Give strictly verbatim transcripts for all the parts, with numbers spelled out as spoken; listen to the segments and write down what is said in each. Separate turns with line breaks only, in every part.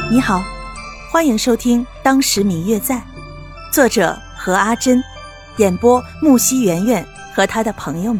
你好，欢迎收听《当时明月在》，作者何阿珍，演播木西圆圆和他的朋友们。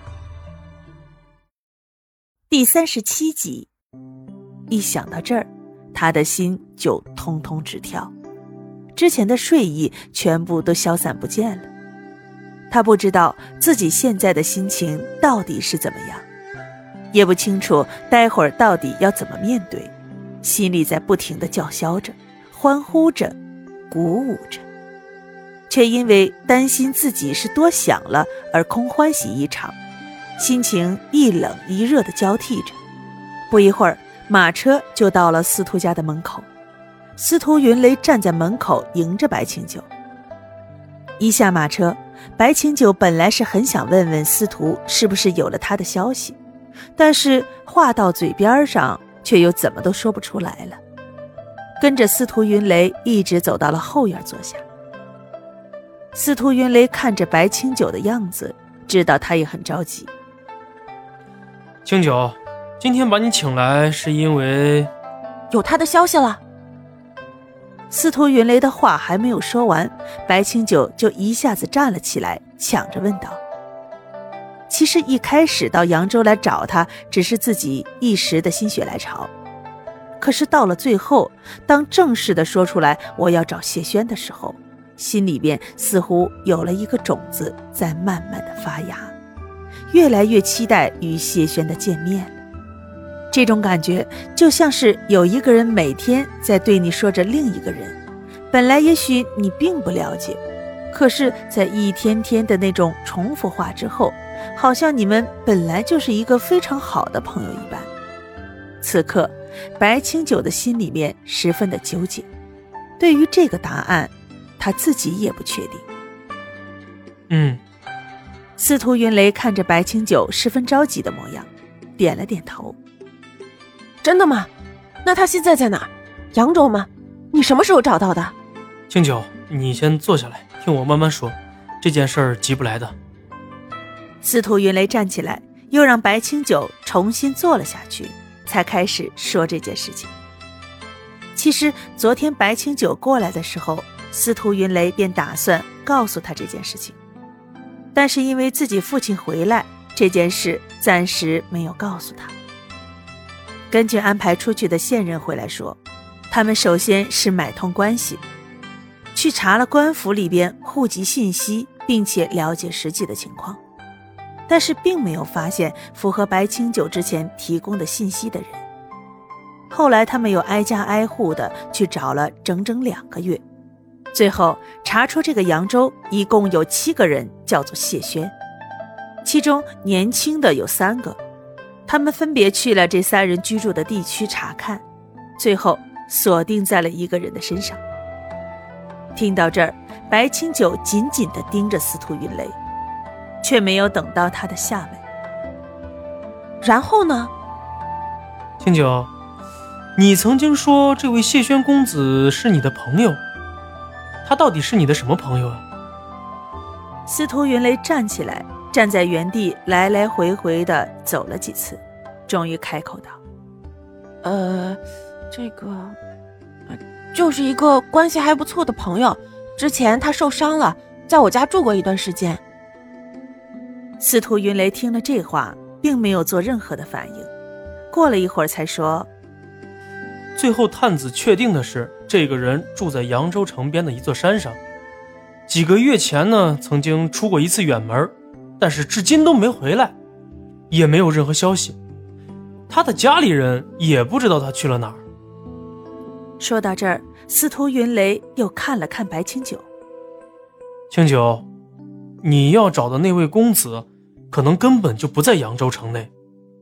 第三十七集。一想到这儿，他的心就通通直跳，之前的睡意全部都消散不见了。他不知道自己现在的心情到底是怎么样，也不清楚待会儿到底要怎么面对，心里在不停地叫嚣着，欢呼着，鼓舞着，却因为担心自己是多想了而空欢喜一场，心情一冷一热的交替着。不一会儿，马车就到了司徒家的门口，司徒云雷站在门口迎着白清九。一下马车，白清九本来是很想问问司徒是不是有了他的消息，但是话到嘴边上却又怎么都说不出来了。跟着司徒云雷一直走到了后院坐下。司徒云雷看着白清九的样子，知道他也很着急。
清九，今天把你请来是因为
有他的消息了。
司徒云雷的话还没有说完，白清九就一下子站了起来，抢着问道。其实一开始到扬州来找他，只是自己一时的心血来潮，可是到了最后，当正式的说出来我要找谢轩的时候，心里边似乎有了一个种子在慢慢的发芽，越来越期待与谢轩的见面了。这种感觉就像是有一个人每天在对你说着另一个人，本来也许你并不了解，可是在一天天的那种重复话之后，好像你们本来就是一个非常好的朋友一般。此刻白清九的心里面十分的纠结，对于这个答案他自己也不确定。
嗯。
司徒云雷看着白清九十分着急的模样，点了点头。
真的吗？那他现在在哪儿？扬州吗？你什么时候找到的？
清九，你先坐下来，听我慢慢说，这件事儿急不来的。
司徒云雷站起来，又让白清九重新坐了下去，才开始说这件事情。其实昨天白清九过来的时候，司徒云雷便打算告诉他这件事情，但是因为自己父亲回来，这件事暂时没有告诉他。根据安排出去的线人回来说，他们首先是买通关系，去查了官府里边户籍信息，并且了解实际的情况，但是并没有发现符合白清九之前提供的信息的人。后来他们又挨家挨户的去找了整整两个月，最后查出这个扬州一共有七个人叫做谢轩，其中年轻的有三个，他们分别去了这三人居住的地区查看，最后锁定在了一个人的身上。听到这儿，白清九紧紧地盯着司徒云雷，却没有等到他的下文。
然后呢？
清九，你曾经说这位谢轩公子是你的朋友，他到底是你的什么朋友啊？
司徒云雷站起来，站在原地来来回回地走了几次，终于开口道：
呃，这个就是一个关系还不错的朋友，之前他受伤了，在我家住过一段时间。
司徒云雷听了这话，并没有做任何的反应，过了一会儿才说：
最后探子确定的是，这个人住在扬州城边的一座山上，几个月前呢曾经出过一次远门，但是至今都没回来，也没有任何消息，他的家里人也不知道他去了哪儿。
说到这儿，司徒云雷又看了看白清九。
清九，你要找的那位公子可能根本就不在扬州城内。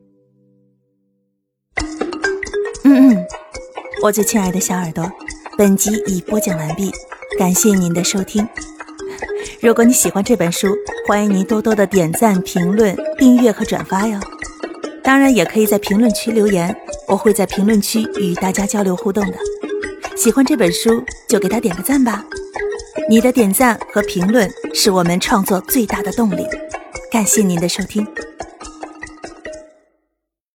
嗯嗯，我最亲爱的小耳朵，本集已播讲完毕，感谢您的收听。如果你喜欢这本书，欢迎您多多的点赞、评论、订阅和转发哟。当然也可以在评论区留言，我会在评论区与大家交流互动的。喜欢这本书就给它点个赞吧，你的点赞和评论是我们创作最大的动力。感谢您的收听。